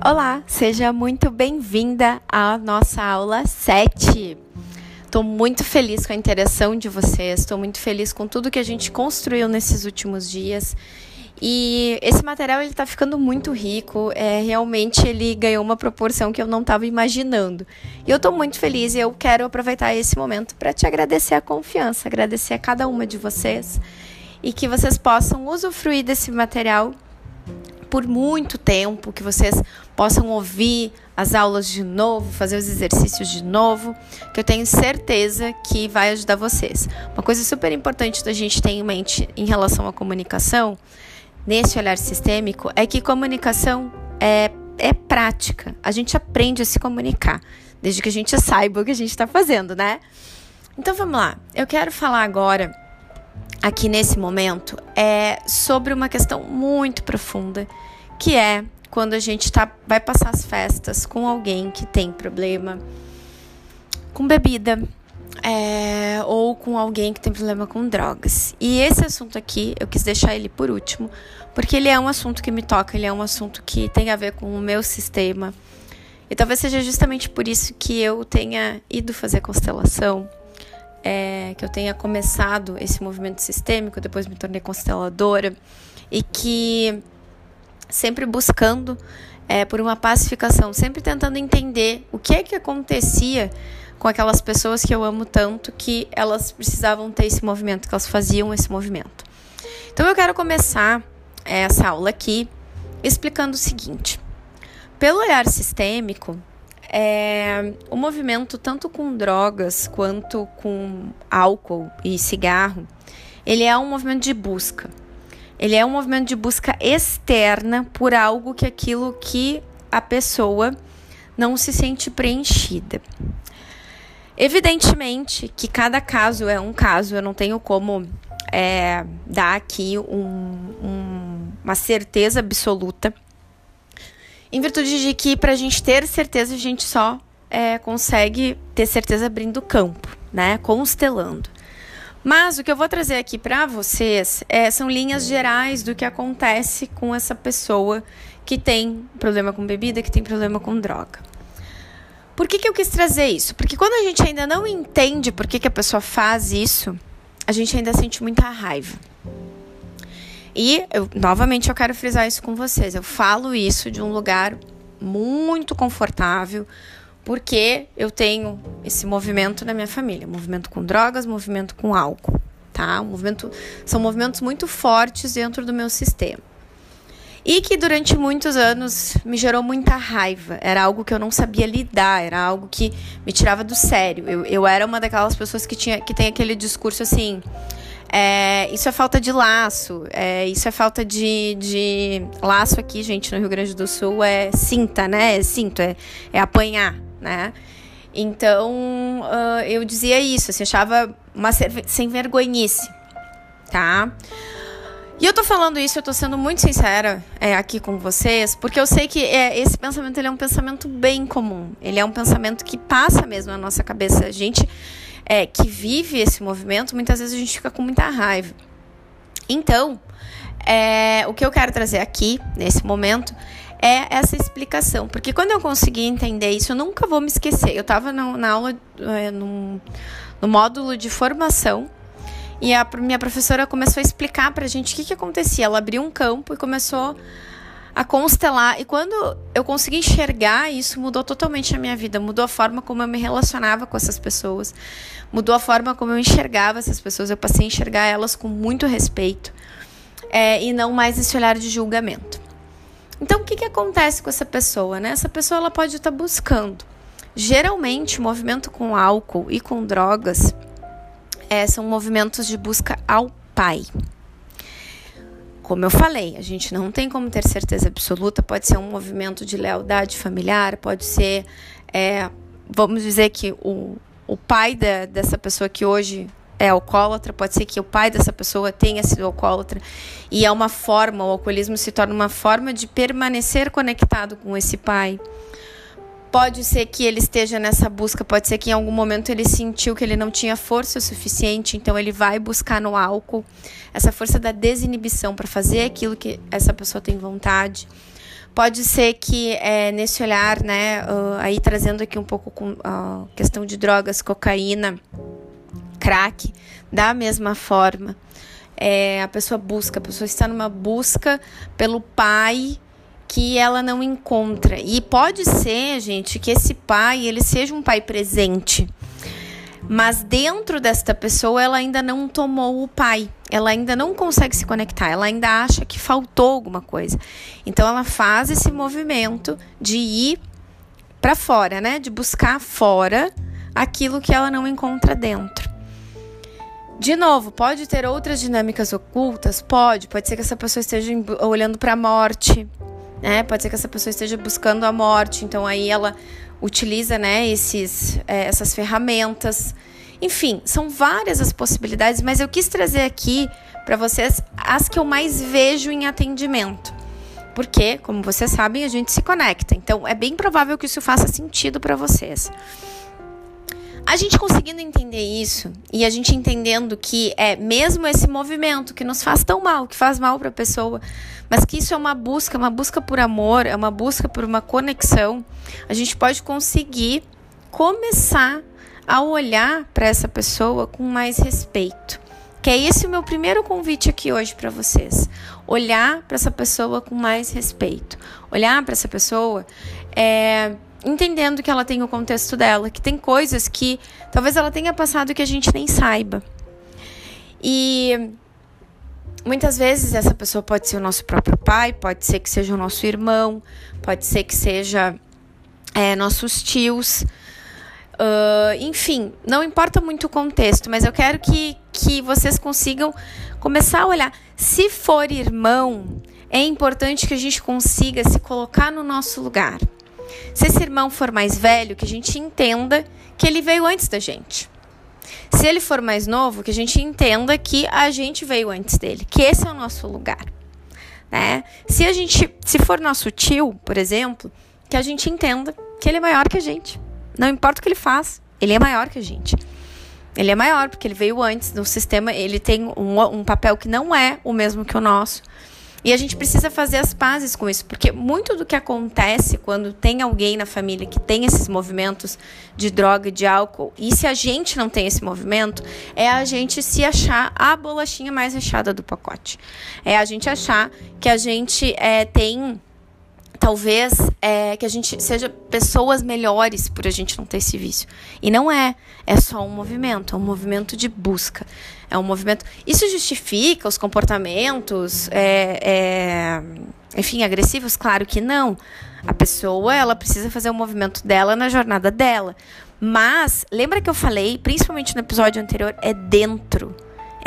Olá, seja muito bem-vinda à nossa aula 7. Estou muito feliz com a interação de vocês, estou muito feliz com tudo que a gente construiu nesses últimos dias. E esse material está ficando muito rico, realmente ele ganhou uma proporção que eu não estava imaginando. E eu estou muito feliz e eu quero aproveitar esse momento para te agradecer a confiança, agradecer a cada uma de vocês e que vocês possam usufruir desse material por muito tempo, que vocês possam ouvir as aulas de novo, fazer os exercícios de novo, que eu tenho certeza que vai ajudar vocês. Uma coisa super importante da gente ter em mente em relação à comunicação, nesse olhar sistêmico, é que comunicação é prática. A gente aprende a se comunicar, desde que a gente saiba o que a gente está fazendo, né? Então vamos lá, eu quero falar agora, aqui nesse momento, sobre uma questão muito profunda, que é quando a gente vai passar as festas com alguém que tem problema com bebida, ou com alguém que tem problema com drogas. E esse assunto aqui, eu quis deixar ele por último, porque ele é um assunto que me toca, ele é um assunto que tem a ver com o meu sistema. E talvez seja justamente por isso que eu tenha ido fazer constelação, que eu tenha começado esse movimento sistêmico, depois me tornei consteladora, e que sempre buscando por uma pacificação, sempre tentando entender o que é que acontecia com aquelas pessoas que eu amo tanto, que elas precisavam ter esse movimento, que elas faziam esse movimento. Então eu quero começar essa aula aqui explicando o seguinte: pelo olhar sistêmico, o movimento, tanto com drogas quanto com álcool e cigarro, ele é um movimento de busca. Ele é um movimento de busca externa por algo que a pessoa não se sente preenchida. Evidentemente que cada caso é um caso, eu não tenho como dar aqui uma certeza absoluta, em virtude de que, para a gente ter certeza, a gente só consegue ter certeza abrindo campo, né? Constelando. Mas o que eu vou trazer aqui para vocês são linhas gerais do que acontece com essa pessoa que tem problema com bebida, que tem problema com droga. Por que eu quis trazer isso? Porque quando a gente ainda não entende por que a pessoa faz isso, a gente ainda sente muita raiva. E, novamente, eu quero frisar isso com vocês. Eu falo isso de um lugar muito confortável, porque eu tenho esse movimento na minha família. Movimento com drogas, movimento com álcool, tá? São movimentos muito fortes dentro do meu sistema. E que durante muitos anos me gerou muita raiva. Era algo que eu não sabia lidar, era algo que me tirava do sério. Eu era uma daquelas pessoas que tem aquele discurso assim: isso é falta de laço, isso é falta de laço aqui, gente, no Rio Grande do Sul é cinta, né? É cinto, é apanhar, né? Então, eu dizia isso, assim, achava uma sem vergonhice, tá? E eu tô falando isso, eu tô sendo muito sincera aqui com vocês, porque eu sei que esse pensamento, ele é um pensamento bem comum, ele é um pensamento que passa mesmo na nossa cabeça. A gente que vive esse movimento, muitas vezes a gente fica com muita raiva. Então, o que eu quero trazer aqui, nesse momento, é essa explicação. Porque quando eu consegui entender isso, eu nunca vou me esquecer. Eu estava na aula, no módulo de formação, e a minha professora começou a explicar pra gente o que acontecia. Ela abriu um campo e começou a constelar. E quando eu consegui enxergar isso, mudou totalmente a minha vida. Mudou a forma como eu me relacionava com essas pessoas. Mudou a forma como eu enxergava essas pessoas. Eu passei a enxergar elas com muito respeito. E não mais esse olhar de julgamento. Então, o que acontece com essa pessoa, né? Essa pessoa, ela pode estar buscando. Geralmente, o movimento com álcool e com drogas são movimentos de busca ao pai. Como eu falei, a gente não tem como ter certeza absoluta. Pode ser um movimento de lealdade familiar, pode ser, vamos dizer que o pai dessa pessoa que hoje é alcoólatra, pode ser que o pai dessa pessoa tenha sido alcoólatra, e o alcoolismo se torna uma forma de permanecer conectado com esse pai. Pode ser que ele esteja nessa busca, pode ser que em algum momento ele sentiu que ele não tinha força suficiente, então ele vai buscar no álcool essa força da desinibição para fazer aquilo que essa pessoa tem vontade. Pode ser que nesse olhar, né, aí trazendo aqui um pouco com a questão de drogas, cocaína, crack, da mesma forma, a pessoa está numa busca pelo pai que ela não encontra. E pode ser, gente, que esse pai, ele seja um pai presente, mas dentro desta pessoa ela ainda não tomou o pai, ela ainda não consegue se conectar, ela ainda acha que faltou alguma coisa. Então ela faz esse movimento de ir para fora, né? De buscar fora aquilo que ela não encontra dentro. De novo, pode ter outras dinâmicas ocultas? Pode ser que essa pessoa esteja olhando para a morte, né? Pode ser que essa pessoa esteja buscando a morte, então aí ela utiliza, né, essas ferramentas. Enfim, são várias as possibilidades, mas eu quis trazer aqui para vocês as que eu mais vejo em atendimento. Porque, como vocês sabem, a gente se conecta. Então, é bem provável que isso faça sentido para vocês. A gente conseguindo entender isso, e a gente entendendo que é mesmo esse movimento que nos faz tão mal, que faz mal para a pessoa, mas que isso é uma busca por amor, é uma busca por uma conexão, a gente pode conseguir começar a olhar para essa pessoa com mais respeito. Que é esse o meu primeiro convite aqui hoje para vocês. Olhar para essa pessoa com mais respeito. Olhar para essa pessoa entendendo que ela tem o contexto dela, que tem coisas que talvez ela tenha passado que a gente nem saiba. E muitas vezes essa pessoa pode ser o nosso próprio pai, pode ser que seja o nosso irmão, pode ser que seja nossos tios. Enfim, não importa muito o contexto, mas eu quero que vocês consigam começar a olhar. Se for irmão, é importante que a gente consiga se colocar no nosso lugar. Se esse irmão for mais velho, que a gente entenda que ele veio antes da gente. Se ele for mais novo, que a gente entenda que a gente veio antes dele, que esse é o nosso lugar, né? Se for nosso tio, por exemplo, que a gente entenda que ele é maior que a gente. Não importa o que ele faz, ele é maior que a gente. Ele é maior porque ele veio antes no sistema, ele tem um papel que não é o mesmo que o nosso. E a gente precisa fazer as pazes com isso, porque muito do que acontece quando tem alguém na família que tem esses movimentos de droga e de álcool, e se a gente não tem esse movimento, é a gente se achar a bolachinha mais recheada do pacote. É a gente achar que a gente tem... Talvez que a gente seja pessoas melhores por a gente não ter esse vício. E não é só um movimento, é um movimento de busca. É um movimento... Isso justifica os comportamentos, enfim, agressivos? Claro que não. A pessoa, ela precisa fazer o movimento dela na jornada dela. Mas, lembra que eu falei, principalmente no episódio anterior, é dentro.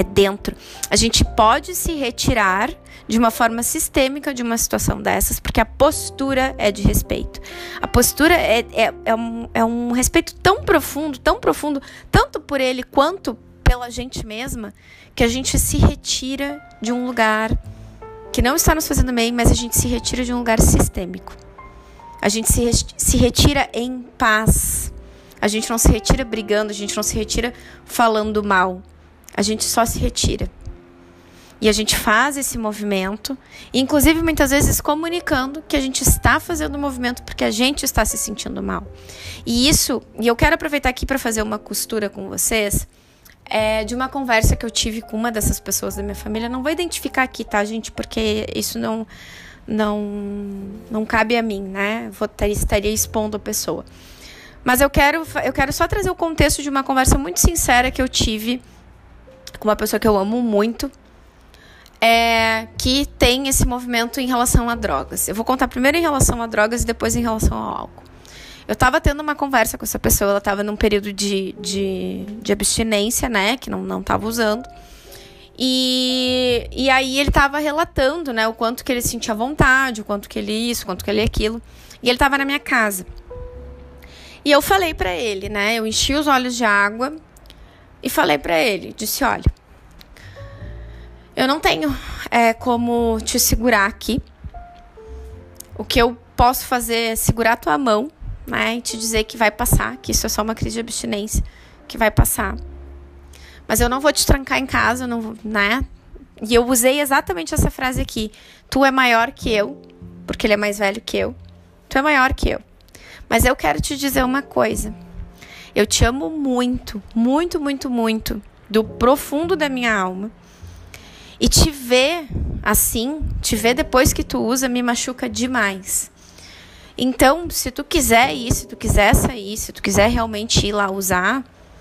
A gente pode se retirar de uma forma sistêmica de uma situação dessas, porque a postura é de respeito. A postura é um respeito tão profundo, tanto por ele quanto pela gente mesma, que a gente se retira de um lugar que não está nos fazendo bem, mas a gente se retira de um lugar sistêmico. A gente se retira em paz. A gente não se retira brigando, a gente não se retira falando mal. A gente só se retira. E a gente faz esse movimento, inclusive muitas vezes comunicando que a gente está fazendo o movimento porque a gente está se sentindo mal. E eu quero aproveitar aqui para fazer uma costura com vocês, de uma conversa que eu tive com uma dessas pessoas da minha família. Não vou identificar aqui, tá, gente? Porque isso não cabe a mim, né? Estaria expondo a pessoa. Mas eu quero só trazer o contexto de uma conversa muito sincera que eu tive com uma pessoa que eu amo muito, que tem esse movimento em relação a drogas. Eu vou contar primeiro em relação a drogas e depois em relação ao álcool. Eu estava tendo uma conversa com essa pessoa, ela estava num período de abstinência, né, que não estava usando. E aí ele estava relatando, né, o quanto que ele sentia vontade, o quanto que ele isso, o quanto que ele aquilo. E ele estava na minha casa. E eu falei para ele, né, eu enchi os olhos de água e falei para ele, disse, olha, eu não tenho como te segurar aqui. O que eu posso fazer é segurar a tua mão, né, e te dizer que vai passar, que isso é só uma crise de abstinência, que vai passar. Mas eu não vou te trancar em casa, eu não vou, né? E eu usei exatamente essa frase aqui. Tu é maior que eu porque ele é mais velho que eu. Tu é maior que eu. Mas eu quero te dizer uma coisa. Eu te amo muito, muito, muito, muito, do profundo da minha alma. E te ver assim, te ver depois que tu usa, me machuca demais. Então, se tu quiser ir, se tu quiser sair, se tu quiser realmente ir lá usar,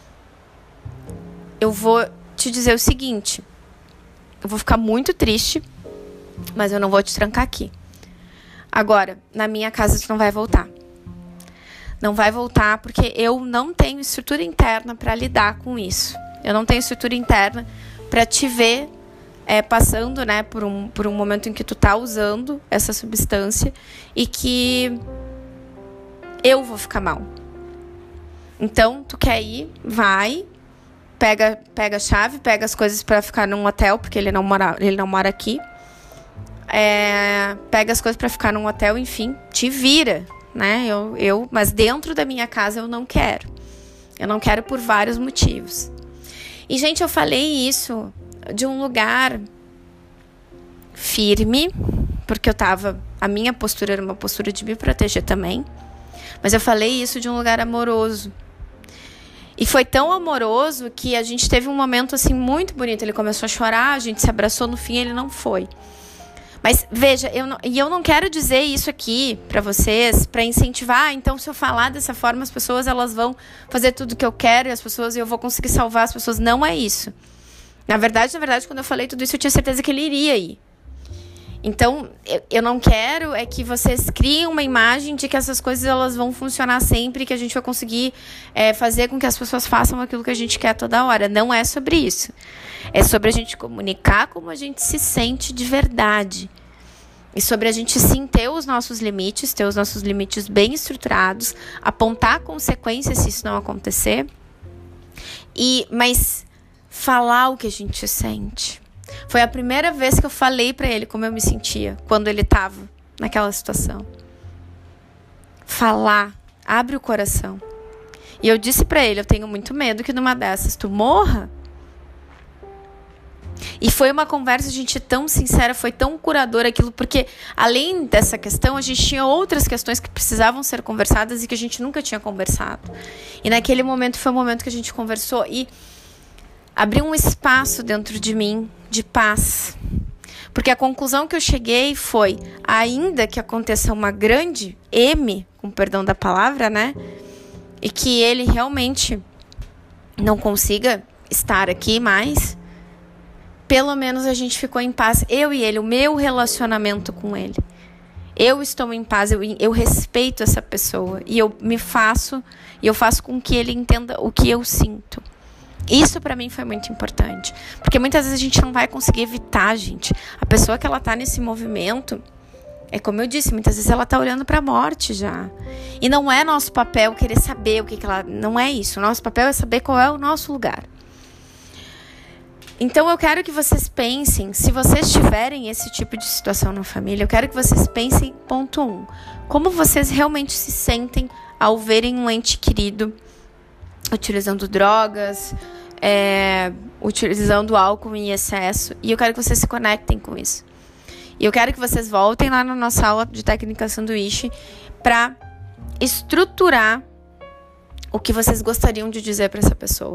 eu vou te dizer o seguinte. Eu vou ficar muito triste, mas eu não vou te trancar aqui. Agora, na minha casa tu não vai voltar. Não vai voltar porque eu não tenho estrutura interna para lidar com isso. Eu não tenho estrutura interna para te ver passando, né, por um momento em que tu tá usando essa substância e que eu vou ficar mal. Então, tu quer ir, vai, pega a chave, pega as coisas para ficar num hotel, porque ele não mora aqui. Pega as coisas para ficar num hotel, enfim, te vira, né? Mas dentro da minha casa eu não quero. Eu não quero por vários motivos. E, gente, eu falei isso de um lugar firme, porque a minha postura era uma postura de me proteger também, mas eu falei isso de um lugar amoroso. E foi tão amoroso que a gente teve um momento assim muito bonito. Ele começou a chorar, a gente se abraçou, no fim ele não foi. Mas veja, eu não quero dizer isso aqui pra vocês, pra incentivar, então se eu falar dessa forma, as pessoas elas vão fazer tudo o que eu quero e eu vou conseguir salvar as pessoas. Não é isso. Na verdade, quando eu falei tudo isso, eu tinha certeza que ele iria ir. Então, eu não quero que vocês criem uma imagem de que essas coisas elas vão funcionar sempre, que a gente vai conseguir fazer com que as pessoas façam aquilo que a gente quer toda hora. Não é sobre isso. É sobre a gente comunicar como a gente se sente de verdade. E sobre a gente sim ter os nossos limites bem estruturados, apontar consequências se isso não acontecer, mas falar o que a gente sente. Foi a primeira vez que eu falei pra ele como eu me sentia quando ele tava naquela situação. Falar, abre o coração. E eu disse pra ele, eu tenho muito medo que numa dessas tu morra. E foi uma conversa, gente, tão sincera, foi tão curadora aquilo, porque além dessa questão, a gente tinha outras questões que precisavam ser conversadas e que a gente nunca tinha conversado. E naquele momento foi o momento que a gente conversou e abriu um espaço dentro de mim de paz. Porque a conclusão que eu cheguei foi, ainda que aconteça uma grande M, com perdão da palavra, né? E que ele realmente não consiga estar aqui mais, pelo menos a gente ficou em paz, eu e ele, o meu relacionamento com ele. Eu estou em paz, eu respeito essa pessoa e eu faço com que ele entenda o que eu sinto. Isso pra mim foi muito importante, porque muitas vezes a gente não vai conseguir evitar, gente. A pessoa que ela tá nesse movimento, como eu disse, muitas vezes ela tá olhando pra morte já. E não é nosso papel querer saber o que ela... Não é isso, o nosso papel é saber qual é o nosso lugar. Então eu quero que vocês pensem, se vocês tiverem esse tipo de situação na família, eu quero que vocês pensem, ponto 1, como vocês realmente se sentem ao verem um ente querido utilizando drogas, utilizando álcool em excesso, e eu quero que vocês se conectem com isso. E eu quero que vocês voltem lá na nossa aula de técnica sanduíche para estruturar o que vocês gostariam de dizer para essa pessoa.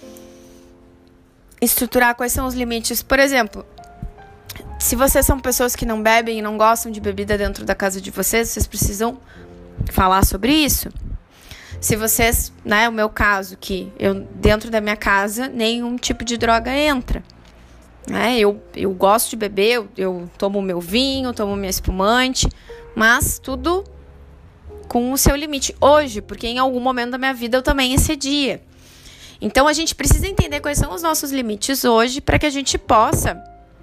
Estruturar quais são os limites. Por exemplo, se vocês são pessoas que não bebem e não gostam de bebida dentro da casa de vocês, vocês precisam falar sobre isso. Se vocês, né, o meu caso, que dentro da minha casa, nenhum tipo de droga entra. Né? Eu gosto de beber, eu tomo meu vinho, tomo minha espumante, mas tudo com o seu limite. Hoje, porque em algum momento da minha vida eu também excedia. Então, a gente precisa entender quais são os nossos limites hoje para que a gente possa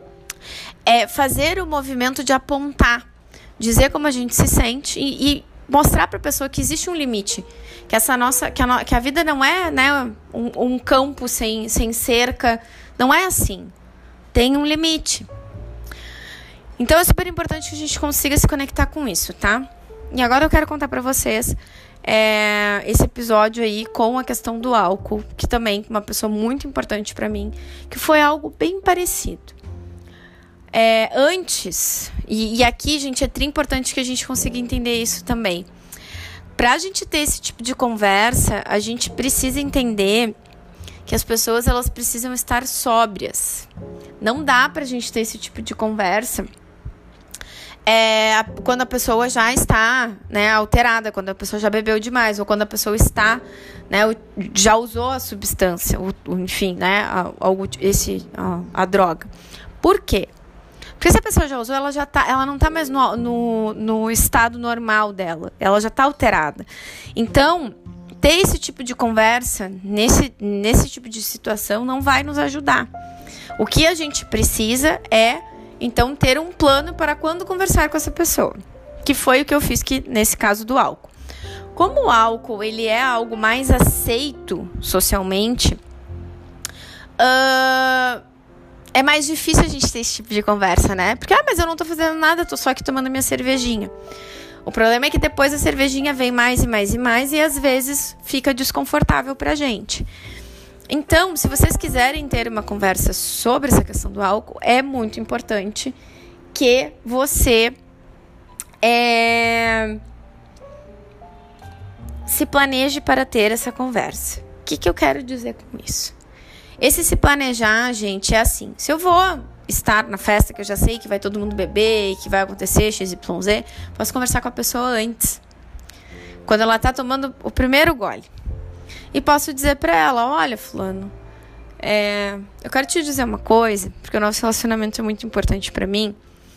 fazer o movimento de apontar, dizer como a gente se sente e mostrar para a pessoa que existe um limite, que a vida não é, né, um campo sem cerca, não é assim, tem um limite. Então, é super importante que a gente consiga se conectar com isso, tá? E agora eu quero contar para vocês esse episódio aí com a questão do álcool, que também é uma pessoa muito importante pra mim, que foi algo bem parecido. antes, e aqui, gente, é importante que a gente consiga entender isso também. Pra gente ter esse tipo de conversa, a gente precisa entender que as pessoas, elas precisam estar sóbrias. Não dá pra gente ter esse tipo de conversa quando a pessoa já está, né, alterada, quando a pessoa já bebeu demais, ou quando a pessoa está, né, já usou a substância, enfim, né, a droga. Por quê? Porque se a pessoa já usou, ela não está mais no estado normal dela, ela já está alterada. Então, ter esse tipo de conversa, nesse tipo de situação, não vai nos ajudar. O que a gente precisa então, ter um plano para quando conversar com essa pessoa. Que foi o que eu fiz nesse caso do álcool. Como o álcool, ele é algo mais aceito socialmente, é mais difícil a gente ter esse tipo de conversa, né? Porque, mas eu não tô fazendo nada, tô só aqui tomando minha cervejinha. O problema é que depois a cervejinha vem mais e mais e mais e às vezes fica desconfortável pra gente. Então, se vocês quiserem ter uma conversa sobre essa questão do álcool, é muito importante que você se planeje para ter essa conversa. O que eu quero dizer com isso? Esse se planejar, gente, é assim. Se eu vou estar na festa que eu já sei que vai todo mundo beber e que vai acontecer XYZ, posso conversar com a pessoa antes. Quando ela tá tomando o primeiro gole. E posso dizer pra ela, olha, fulano, eu quero te dizer uma coisa, porque o nosso relacionamento é muito importante pra mim.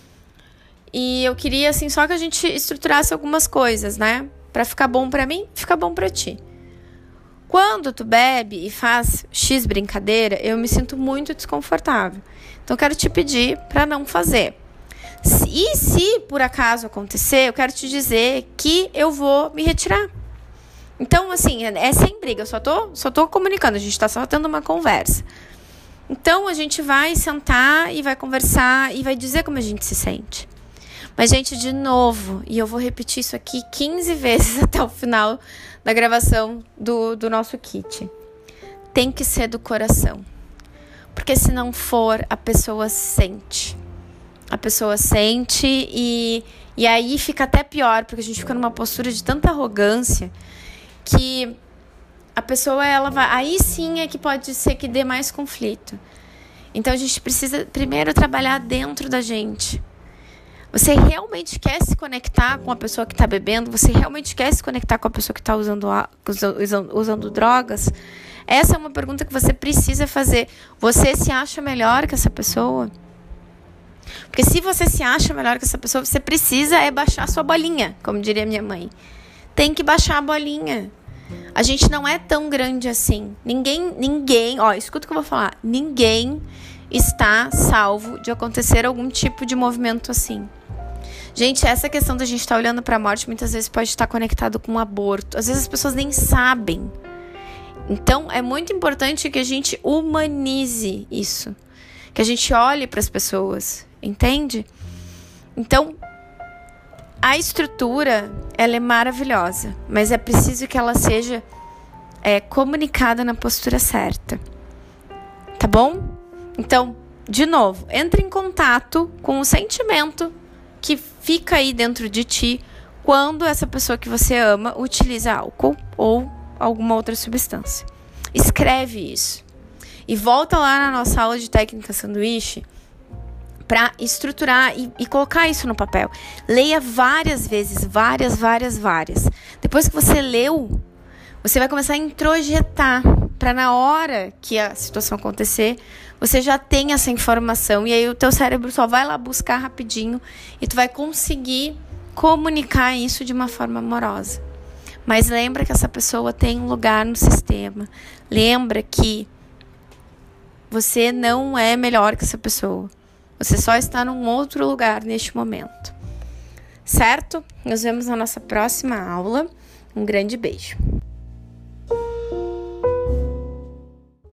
E eu queria, assim, só que a gente estruturasse algumas coisas, né? Pra ficar bom pra mim, ficar bom pra ti. Quando tu bebe e faz X brincadeira, eu me sinto muito desconfortável. Então, eu quero te pedir pra não fazer. E se por acaso acontecer, eu quero te dizer que eu vou me retirar. Então, assim, é sem briga, eu só tô comunicando, a gente tá só tendo uma conversa. Então, a gente vai sentar e vai conversar e vai dizer como a gente se sente. Mas, gente, de novo, e eu vou repetir isso aqui 15 vezes até o final da gravação do nosso kit. Tem que ser do coração. Porque se não for, a pessoa sente. A pessoa sente e aí fica até pior, porque a gente fica numa postura de tanta arrogância que a pessoa, ela vai... Aí sim é que pode ser que dê mais conflito. Então, a gente precisa primeiro trabalhar dentro da gente. Você realmente quer se conectar com a pessoa que está bebendo? Você realmente quer se conectar com a pessoa que está usando drogas? Essa é uma pergunta que você precisa fazer. Você se acha melhor que essa pessoa? Porque se você se acha melhor que essa pessoa, você precisa baixar sua bolinha, como diria minha mãe. Tem que baixar a bolinha. A gente não é tão grande assim. Ninguém, escuta o que eu vou falar. Ninguém está salvo de acontecer algum tipo de movimento assim. Gente, essa questão da gente estar olhando para a morte muitas vezes pode estar conectado com o aborto. Às vezes as pessoas nem sabem. Então, é muito importante que a gente humanize isso. Que a gente olhe para as pessoas, entende? Então, a estrutura, ela é maravilhosa, mas é preciso que ela seja comunicada na postura certa. Tá bom? Então, de novo, entre em contato com o sentimento que fica aí dentro de ti quando essa pessoa que você ama utiliza álcool ou alguma outra substância. Escreve isso. E volta lá na nossa aula de técnica sanduíche para estruturar e colocar isso no papel. Leia várias vezes, várias. Depois que você leu, você vai começar a introjetar para na hora que a situação acontecer, você já tem essa informação e aí o teu cérebro só vai lá buscar rapidinho e tu vai conseguir comunicar isso de uma forma amorosa. Mas lembra que essa pessoa tem um lugar no sistema. Lembra que você não é melhor que essa pessoa. Você só está num outro lugar neste momento. Certo? Nos vemos na nossa próxima aula. Um grande beijo.